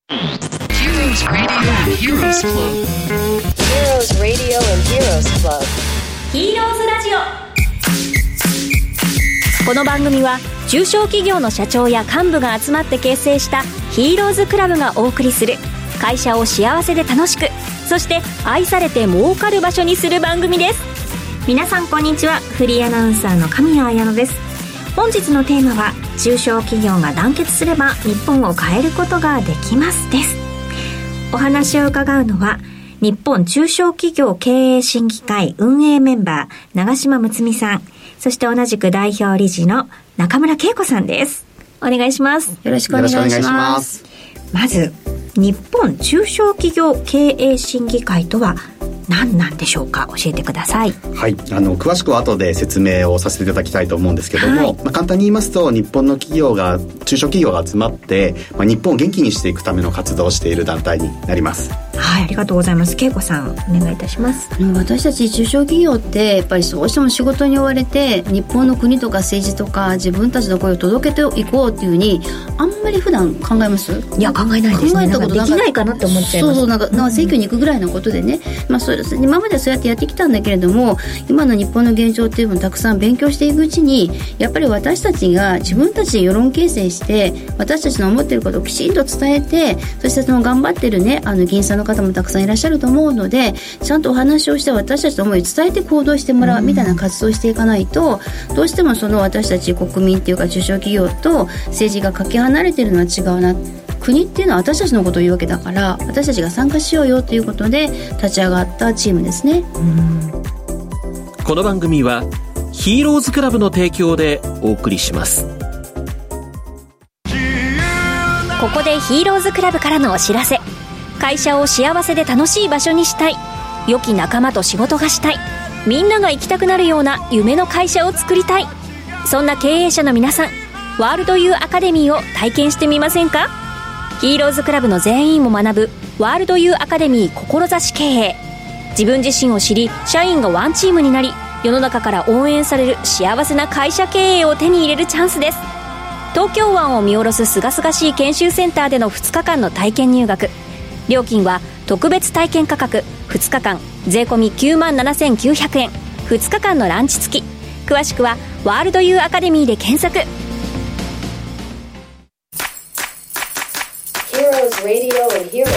Heroes Radio and Heroes Club. Heroes Radio and Heroes Club. ヒーローズラジオ。この番組は中小企業の社長や幹部が集まって結成したヒーローズクラブがお送りする会社を幸せで楽しく、そして愛されて儲かる場所にする番組です。皆さんこんにちは。フリーアナウンサーの神谷彩乃です。本日のテーマは中小企業が団結すれば日本を変えることができますです。お話を伺うのは日本中小企業経営審議会運営メンバー長島睦美さん、そして同じく代表理事の中村恵子さんです。お願いします。 よろしくお願いします。 まず日本中小企業経営審議会とは何なんでしょうか。教えてください。 はい、詳しくは後で説明をさせていただきたいと思うんですけども、簡単に言いますと日本の企業が中小企業が集まって、日本を元気にしていくための活動をしている団体になります。 はい、ありがとうございます。恵子さんお願いいたします。 私たち中小企業ってやっぱりどうしても仕事に追われて日本の国とか政治とか自分たちの声を届けていこうっていうふうにあんまり普段考えます？ いや考えないですね。 考えたことできないかなって思っちゃいます。 そうなんか選挙に行くぐらいのことでね、そうです。今までそうやってやってきたんだけれども、今の日本の現状っていうのをたくさん勉強していくうちにやっぱり私たちが自分たちで世論形成して私たちの思っていることをきちんと伝えて、そしてその頑張ってるね議員さんの方もたくさんいらっしゃると思うので、ちゃんとお話をして私たちの思いを伝えて行動してもらうみたいな活動をしていかないと、どうしてもその私たち国民っていうか中小企業と政治がかけ離れているのは違うな。国っていうのは私たちのことを言うわけだから、私たちが参加しようよということで立ち上がったチームですね。 この番組はヒーローズクラブの提供でお送りします。 ここでヒーローズクラブからのお知らせ。会社を幸せで楽しい場所にしたい、良き仲間と仕事がしたい、みんなが行きたくなるような夢の会社を作りたい、そんな経営者の皆さん、ワールドユーアカデミーを体験してみませんか。ヒーローズクラブの全員も学ぶワールドユーアカデミー志経営。自分自身を知り、社員がワンチームになり、世の中から応援される幸せな会社経営を手に入れるチャンスです。東京湾を見下ろす清々しい研修センターでの2日間の体験入学。料金は特別体験価格2日間税込み97,900円、2日間のランチ付き。詳しくはワールドユーアカデミーで検索。 Heroes Radio and Heroes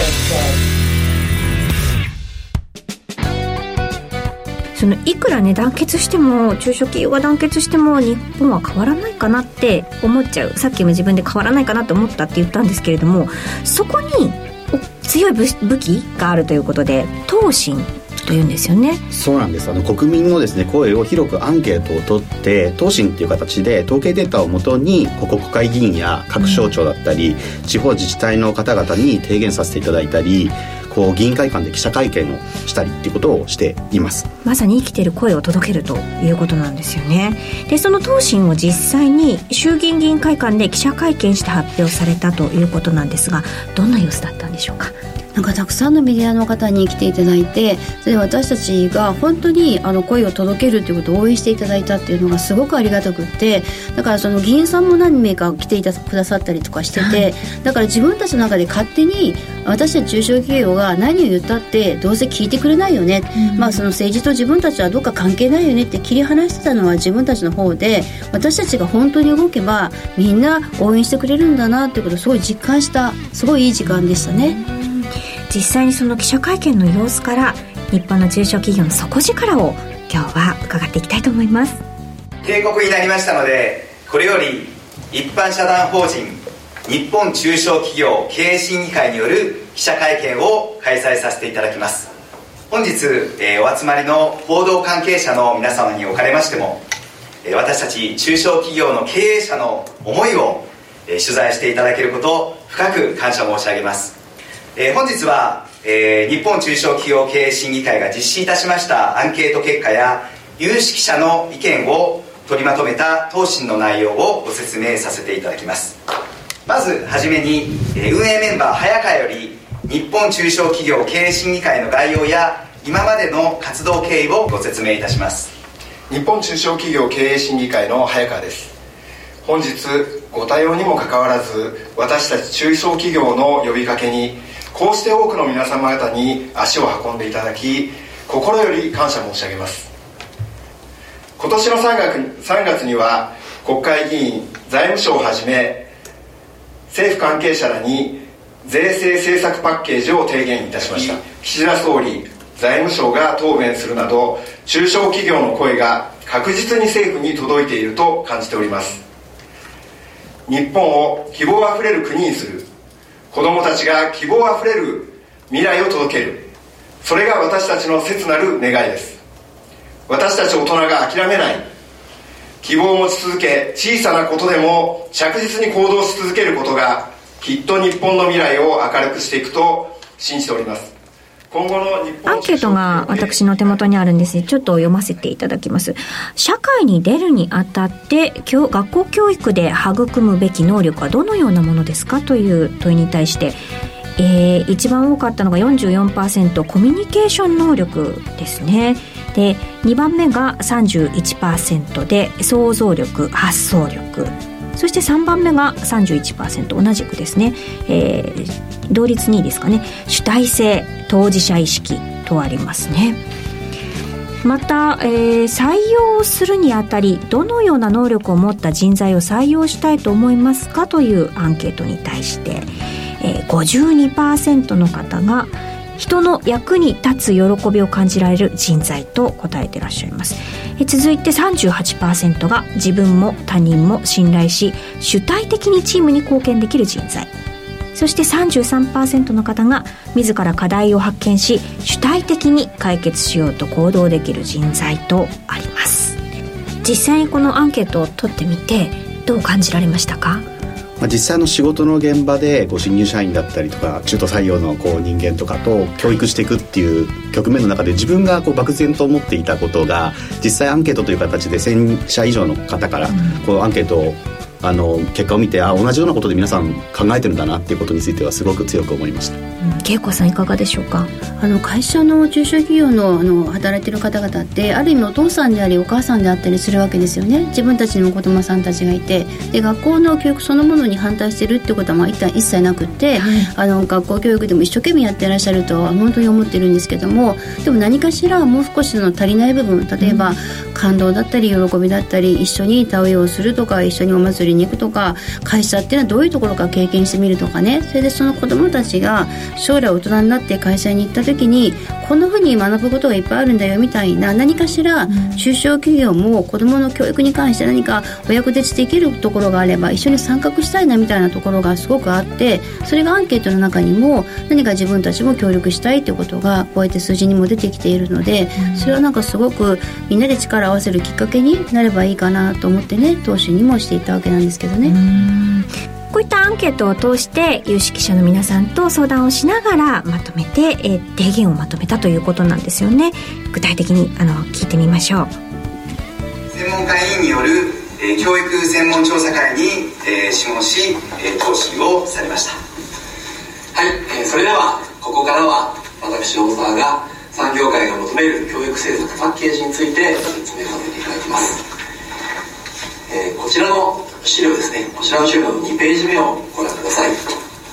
Club。 いくらね団結しても、中小企業が団結しても日本は変わらないかなって思っちゃう。さっきも自分で変わらないかなと思ったって言ったんですけれども、そこに強い武器があるということで東進というんですよね。 そうなんです。国民のですね声を広くアンケートを取って東進っていう形で統計データをもとに国会議員や各省庁だったり、地方自治体の方々に提言させていただいたり、議員会館で記者会見をしたりっていうことをしています。 まさに生きている声を届けるということなんですよね。でその東進を実際に衆議院議員会館で記者会見して発表されたということなんですが、どんな様子だったんでしょうか。 なんかたくさんのメディアの方に来ていただいて、それで私たちが本当に声を届けるということを応援していただいたっていうのがすごくありがたくって、だからその議員さんも何名か来てくださったりとかしてて、だから自分たちの中で勝手に私たち中小企業が何を言ったってどうせ聞いてくれないよね、その政治と自分たちはどっか関係ないよねって切り離してたのは自分たちの方で、私たちが本当に動けばみんな応援してくれるんだなっていうことをすごい実感した、すごいいい時間でしたね。 実際にその記者会見の様子から日本の中小企業の底力を今日は伺っていきたいと思います。 警告になりましたので、これより一般社団法人日本中小企業経営審議会による記者会見を開催させていただきます。本日、お集まりの報道関係者の皆様におかれましても、私たち中小企業の経営者の思いを、取材していただけることを深く感謝申し上げます。本日は、日本中小企業経営審議会が実施いたしましたアンケート結果や有識者の意見を取りまとめた東進の内容をご説明させていただきます。まずはじめに、運営メンバー早川より日本中小企業経営審議会の概要や今までの活動経緯をご説明いたします。 日本中小企業経営審議会の早川です。本日ご多様にもかかわらず、私たち中小企業の呼びかけにこうして多くの皆様方に足を運んでいただき、心より感謝申し上げます。今年の3月には国会議員、財務省をはじめ政府関係者らに税制政策パッケージを提言いたしました。岸田総理、財務省が答弁するなど、中小企業の声が確実に政府に届いていると感じております。日本を希望あふれる国にする、子どもたちが希望あふれる未来を届ける、それが私たちの切なる願いです。私たち大人が諦めない、希望を持ち続け、小さなことでも着実に行動し続けることが、きっと日本の未来を明るくしていくと信じております。今後の日本アンケートが私の手元にあるんですね。ちょっと読ませていただきます。社会に出るにあたって学校教育で育むべき能力はどのようなものですかという問いに対して、一番多かったのが 44% コミュニケーション能力ですね。で2番目が 31% で想像力、発想力、そして3番目が 31% 同じくですね、同率2位ですかね、主体性、当事者意識とありますね。また、採用するにあたりどのような能力を持った人材を採用したいと思いますかというアンケートに対して、52% の方が人の役に立つ喜びを感じられる人材と答えていらっしゃいます。続いて 38% が自分も他人も信頼し主体的にチームに貢献できる人材、そして 33% の方が自ら課題を発見し主体的に解決しようと行動できる人材とあります。実際にこのアンケートを取ってみてどう感じられましたか？ 実際の仕事の現場で新入社員だったりとか中途採用の人間とかと教育していくっていう局面の中で自分が漠然と思っていたことが実際アンケートという形で1000社以上の方からアンケートを結果を見て同じようなことで皆さん考えてるんだなっていうことについてはすごく強く思いました。 恵子さんいかがでしょうか？ 会社の中小企業の働いてる方々ってある意味お父さんでありお母さんであったりするわけですよね。自分たちにも子供さんたちがいて、で学校の教育そのものに反対してるってことは一切なくって、学校教育でも一生懸命やってらっしゃるとは本当に思ってるんですけども、でも何かしらもう少しの足りない部分、例えば感動だったり喜びだったり一緒に田植えをするとか一緒にお祭りに行くとか、会社っていうのはどういうところか経験してみるとかね、それでその子どもたちが将来大人になって会社に行った時にこんな風に学ぶことがいっぱいあるんだよみたいな、何かしら中小企業も子どもの教育に関して何かお役立ちできるところがあれば一緒に参画したいなみたいなところがすごくあって、それがアンケートの中にも何か自分たちも協力したいということがこうやって数字にも出てきているので、それはすごくみんなで力を合わせるきっかけになればいいかなと思ってね、当初にもしていたわけなんですけどね。 こういったアンケートを通して有識者の皆さんと相談をしながらまとめて、提言をまとめたということなんですよね。具体的に聞いてみましょう。 専門家委員による、教育専門調査会に、諮問し、答申をされました。はい、それではここからは私大沢が産業界が求める教育政策パッケージについて説明させていただきます。こちらの資料ですね、こちらの資料の2ページ目をご覧ください。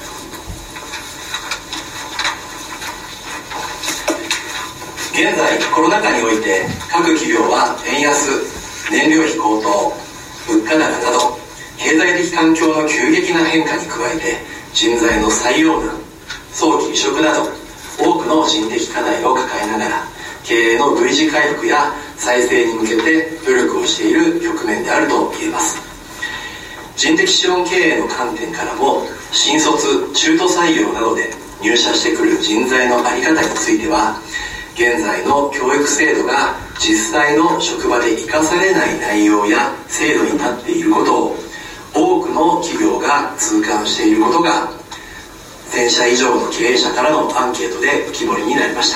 現在コロナ禍において各企業は円安、燃料費高騰、物価高など経済的環境の急激な変化に加えて人材の採用難、早期離職など多くの人的課題を抱えながら経営の V 字回復や再生に向けて努力をしている局面であると言えます。人的資本経営の観点からも新卒、中途採用などで入社してくる人材の在り方については現在の教育制度が実際の職場で生かされない内容や制度になっていることを多くの企業が痛感していることが1000社以上の経営者からのアンケートで浮き彫りになりました。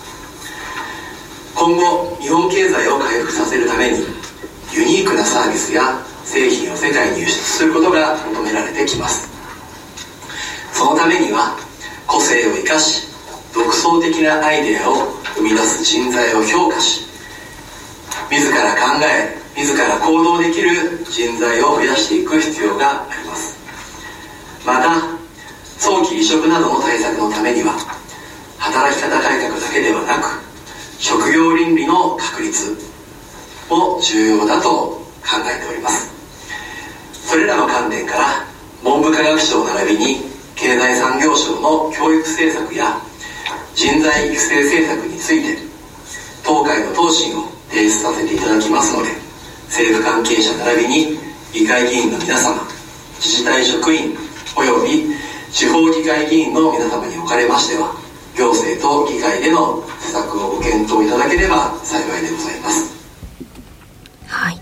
今後日本経済を回復させるためにユニークなサービスや製品を世界に輸出することが求められてきます。そのためには個性を生かし独創的なアイデアを生み出す人材を評価し、自ら考え自ら行動できる人材を増やしていく必要があります。また早期離職などの対策のためには働き方改革だけではなく職業倫理の確立も重要だと考えております。それらの観点から文部科学省並びに経済産業省の教育政策や人材育成政策について当会の答申を提出させていただきますので、政府関係者並びに議会議員の皆様、自治体職員および地方議会議員の皆様におかれましては、行政と議会での施策をご検討いただければ幸いでございます。 はい、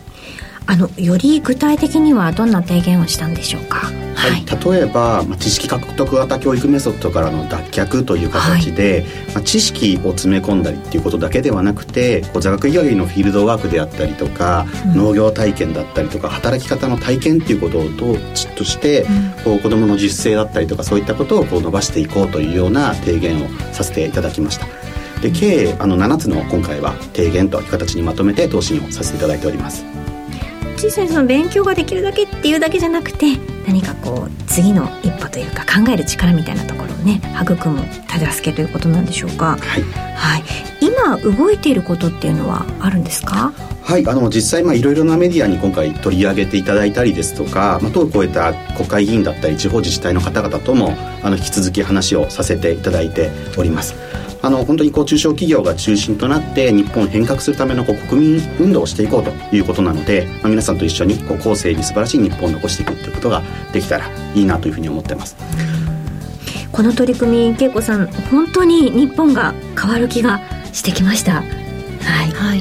より具体的にはどんな提言をしたんでしょうか。 はい、例えば、知識獲得型教育メソッドからの脱却という形で、知識を詰め込んだりっていうことだけではなくて、座学以外のフィールドワークであったりとか、農業体験だったりとか働き方の体験っていうことをとして、子どもの自主性だったりとかそういったことを伸ばしていこうというような提言をさせていただきました。で計7つの今回は提言という形にまとめて答申をさせていただいております。 小さいその勉強ができるだけっていうだけじゃなくて、何か次の一歩というか考える力みたいなところをね育む手助けということなんでしょうか。はい、今動いていることっていうのはあるんですか。はい、 実際いろいろなメディアに今回取り上げていただいたりですとか、党を超えた国会議員だったり地方自治体の方々とも引き続き話をさせていただいております。本当に中小企業が中心となって日本を変革するための国民運動をしていこうということなので、皆さんと一緒に後世に素晴らしい日本を残していくということができたらいいなというふうに思っています。 この取り組み、恵子さん本当に日本が変わる気がしてきました。はい、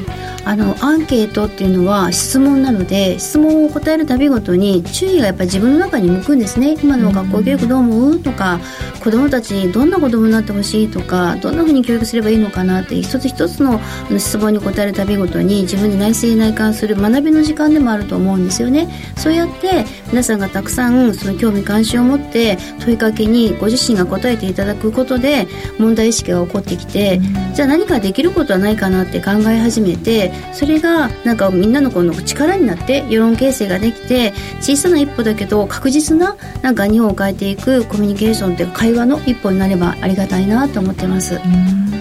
アンケートっていうのは質問なので、質問を答えるたびごとに注意がやっぱり自分の中に向くんですね。今の学校教育どう思うとか、子どもたちにどんな子どもになってほしいとか、どんなふうに教育すればいいのかなって一つ一つの質問に答えるたびごとに自分で内省内観する学びの時間でもあると思うんですよね。そうやって皆さんがたくさんその興味関心を持って問いかけにご自身が答えていただくことで問題意識が起こってきて、じゃあ何かできることはないかなって考え始めて、それがみんなの力になって世論形成ができて、小さな一歩だけど確実な日本を変えていくコミュニケーションという会話の一歩になればありがたいなと思ってます。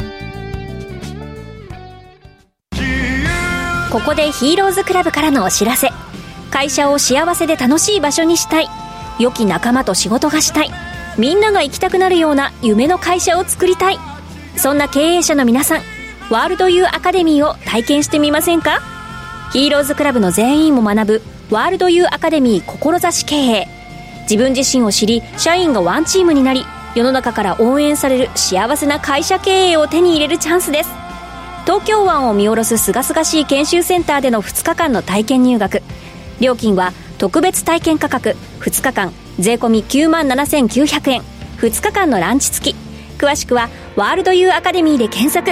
ここでヒーローズクラブからのお知らせ。会社を幸せで楽しい場所にしたい、良き仲間と仕事がしたい、みんなが行きたくなるような夢の会社を作りたい、そんな経営者の皆さん、ワールドユーアカデミーを体験してみませんか。ヒーローズクラブの全員も学ぶワールドユーアカデミー志経営。自分自身を知り、社員がワンチームになり、世の中から応援される幸せな会社経営を手に入れるチャンスです。東京湾を見下ろすすがすがしい研修センターでの2日間の体験入学。料金は特別体験価格2日間税込み97,900円、2日間のランチ付き。詳しくはワールドユーアカデミーで検索。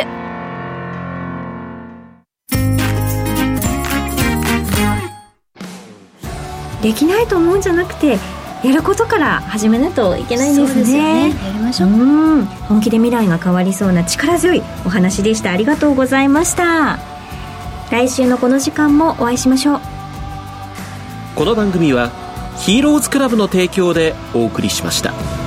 できないと思うんじゃなくて、やることから始めないといけないんですね。そうですよね、やりましょう。本気で未来が変わりそうな力強いお話でした。ありがとうございました。来週のこの時間もお会いしましょう。 この番組はヒーローズクラブの提供でお送りしました。